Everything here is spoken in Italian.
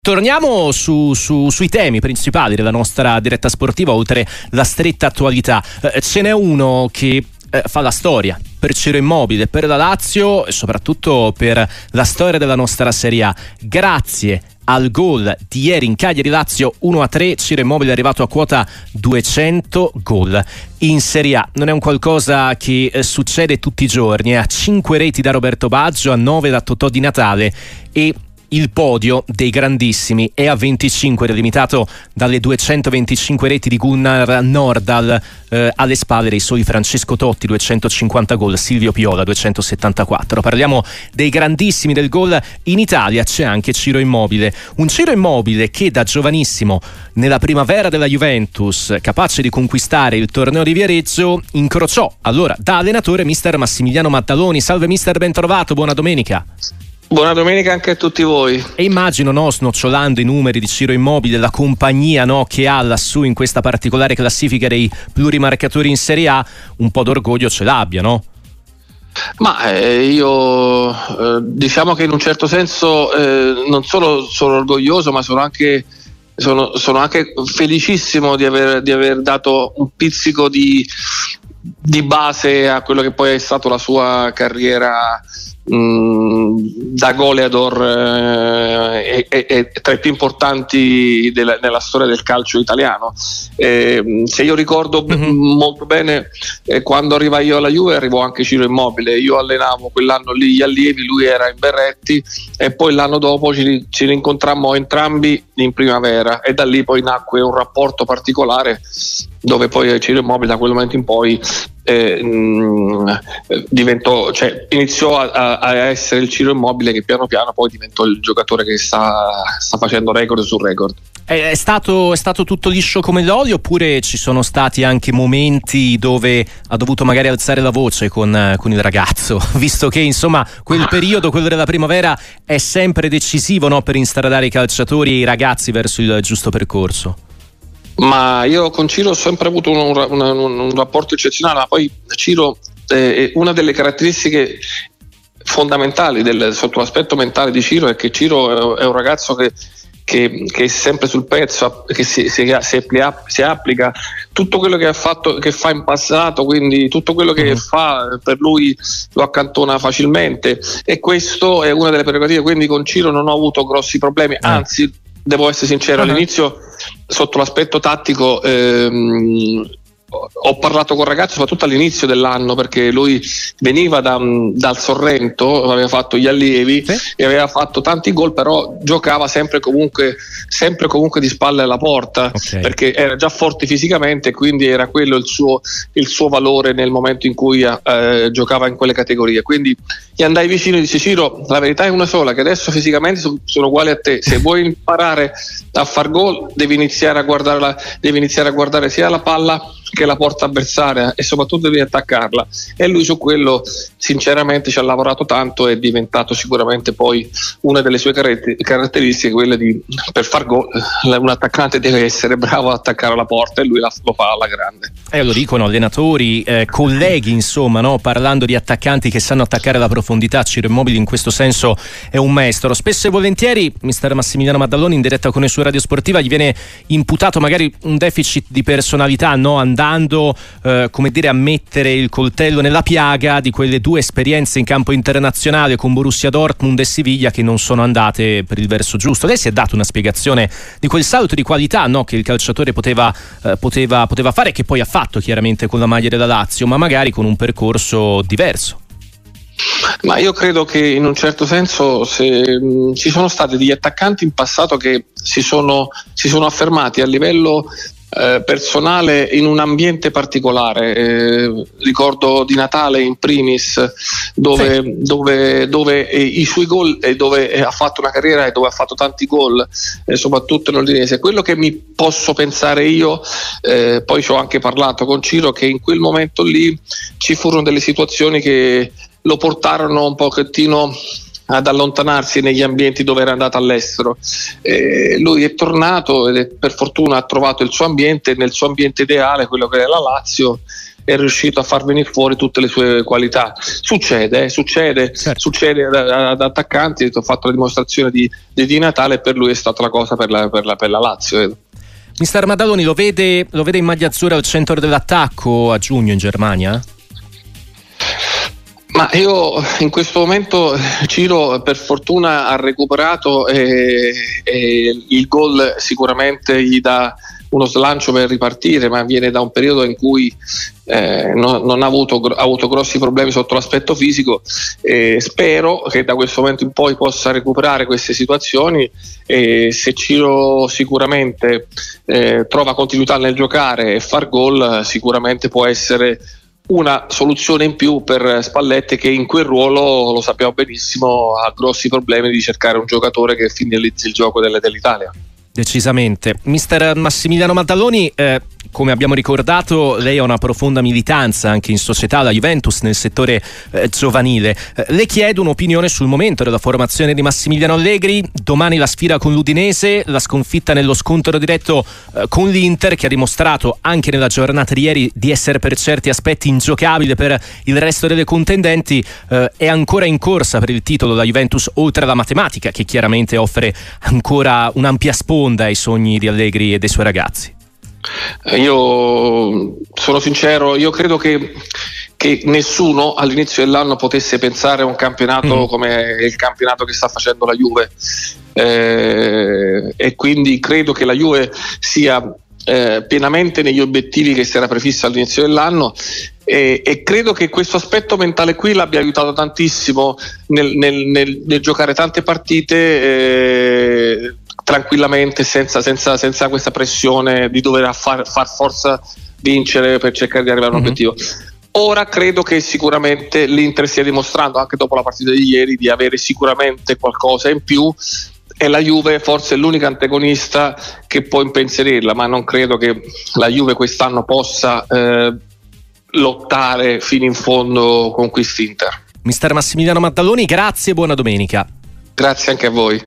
Torniamo sui temi principali della nostra diretta sportiva, oltre la stretta attualità. Ce n'è uno che fa la storia per Ciro Immobile, per la Lazio e soprattutto per la storia della nostra Serie A. Grazie al gol di ieri in Cagliari-Lazio 1-3, Ciro Immobile è arrivato a quota 200 gol in Serie A. Non è un qualcosa che succede tutti i giorni. Ha 5 reti da Roberto Baggio, a 9 da Totò Di Natale e il podio dei grandissimi è a 25, delimitato dalle 225 reti di Gunnar Nordahl, alle spalle dei soli Francesco Totti, 250 gol, Silvio Piola, 274. Parliamo dei grandissimi del gol. In Italia c'è anche Ciro Immobile, un Ciro Immobile che da giovanissimo nella primavera della Juventus, capace di conquistare il torneo di Viareggio, incrociò allora da allenatore mister Massimiliano Maddaloni. Salve mister, ben trovato, buona domenica. Buona domenica anche a tutti voi. E immagino, snocciolando i numeri di Ciro Immobile, la compagnia che ha lassù in questa particolare classifica dei plurimarcatori in Serie A, un po' d'orgoglio ce l'abbia, no? Ma io diciamo che in un certo senso non solo sono orgoglioso, ma sono anche felicissimo di aver dato un pizzico di base a quello che poi è stato la sua carriera da goleador e tra i più importanti nella storia del calcio italiano. Se io ricordo molto bene, quando arrivai io alla Juve arrivò anche Ciro Immobile. Io allenavo quell'anno lì gli allievi, lui era in Berretti, e poi l'anno dopo ci rincontrammo entrambi in primavera, e da lì poi nacque un rapporto particolare, dove poi Ciro Immobile da quel momento in poi iniziò a essere il Ciro Immobile che piano piano poi diventò il giocatore che sta facendo record su record. È stato tutto liscio come l'olio, oppure ci sono stati anche momenti dove ha dovuto magari alzare la voce con il ragazzo, visto che insomma quel periodo, quello della primavera, è sempre decisivo, no, per instradare i calciatori e i ragazzi verso il giusto percorso? Ma io con Ciro ho sempre avuto un rapporto eccezionale, ma poi Ciro è una delle caratteristiche fondamentali sotto l'aspetto mentale di Ciro, è che Ciro è un ragazzo che è sempre sul pezzo, che si applica tutto quello che ha fatto, che fa in passato, quindi tutto quello che fa per lui lo accantona facilmente, e questo è una delle prerogative. Quindi con Ciro non ho avuto grossi problemi, anzi devo essere sincero, all'inizio sotto l'aspetto tattico ho parlato con il ragazzo soprattutto all'inizio dell'anno, perché lui veniva dal Sorrento, aveva fatto gli allievi e aveva fatto tanti gol, però giocava sempre comunque di spalle alla porta, perché era già forte fisicamente, quindi era quello il suo valore nel momento in cui giocava in quelle categorie. Quindi gli andai vicino e dissi: Ciro, la verità è una sola, che adesso fisicamente sono uguali a te, se vuoi imparare a far gol devi iniziare a guardare sia la palla che la porta avversaria, e soprattutto devi attaccarla. E lui su quello sinceramente ci ha lavorato tanto, è diventato sicuramente poi una delle sue caratteristiche quella di, per far gol, un attaccante deve essere bravo ad attaccare la porta, e lui lo fa alla grande. Lo dicono allenatori, colleghi, insomma, no? Parlando di attaccanti che sanno attaccare la profondità, Ciro Immobile in questo senso è un maestro. Spesso e volentieri mister Massimiliano Maddaloni in diretta con il suo Radio Sportiva gli viene imputato magari un deficit di personalità, no? Andando a mettere il coltello nella piaga di quelle 2 esperienze in campo internazionale con Borussia Dortmund e Siviglia che non sono andate per il verso giusto. Lei si è dato una spiegazione di quel salto di qualità, no, che il calciatore poteva fare, che poi ha fatto chiaramente con la maglia della Lazio, ma magari con un percorso diverso. Ma io credo che in un certo senso ci sono stati degli attaccanti in passato che si sono affermati a livello personale in un ambiente particolare. Ricordo Di Natale in primis, dove i suoi gol, dove ha fatto una carriera e dove ha fatto tanti gol, soprattutto in Udinese. Quello che mi posso pensare io, poi ci ho anche parlato con Ciro, che in quel momento lì ci furono delle situazioni che lo portarono un pochettino ad allontanarsi negli ambienti dove era andato all'estero. Lui è tornato e per fortuna ha trovato il suo ambiente, nel suo ambiente ideale, quello che è la Lazio, è riuscito a far venire fuori tutte le sue qualità. Succede ad attaccanti. Ho fatto la dimostrazione di Di Natale, e per lui è stata la cosa per la Lazio. Mister Maddaloni lo vede in maglia azzurra al centro dell'attacco a giugno in Germania? Ma io in questo momento, Ciro per fortuna ha recuperato e il gol sicuramente gli dà uno slancio per ripartire, ma viene da un periodo in cui non ha avuto grossi problemi sotto l'aspetto fisico. Spero che da questo momento in poi possa recuperare queste situazioni, e se Ciro sicuramente trova continuità nel giocare e far gol, sicuramente può essere una soluzione in più per Spalletti, che in quel ruolo, lo sappiamo benissimo, ha grossi problemi di cercare un giocatore che finalizzi il gioco dell'Italia. Decisamente. Mister Massimiliano Maddaloni, come abbiamo ricordato, lei ha una profonda militanza anche in società, la Juventus, nel settore giovanile. Le chiedo un'opinione sul momento della formazione di Massimiliano Allegri. Domani la sfida con l'Udinese, la sconfitta nello scontro diretto con l'Inter, che ha dimostrato anche nella giornata di ieri di essere per certi aspetti ingiocabile per il resto delle contendenti. È ancora in corsa per il titolo la Juventus, oltre alla matematica, che chiaramente offre ancora un'ampia sponda ai sogni di Allegri e dei suoi ragazzi. Io sono sincero, io credo che nessuno all'inizio dell'anno potesse pensare a un campionato come il campionato che sta facendo la Juve, e quindi credo che la Juve sia pienamente negli obiettivi che si era prefisso all'inizio dell'anno, e credo che questo aspetto mentale qui l'abbia aiutato tantissimo nel giocare tante partite tranquillamente, senza questa pressione di dover far forza vincere per cercare di arrivare a un obiettivo. Ora credo che sicuramente l'Inter stia dimostrando, anche dopo la partita di ieri, di avere sicuramente qualcosa in più, e la Juve forse è l'unica antagonista che può impensierirla, ma non credo che la Juve quest'anno possa lottare fino in fondo con quest'Inter. Mister Massimiliano Maddaloni, grazie e buona domenica. Grazie anche a voi.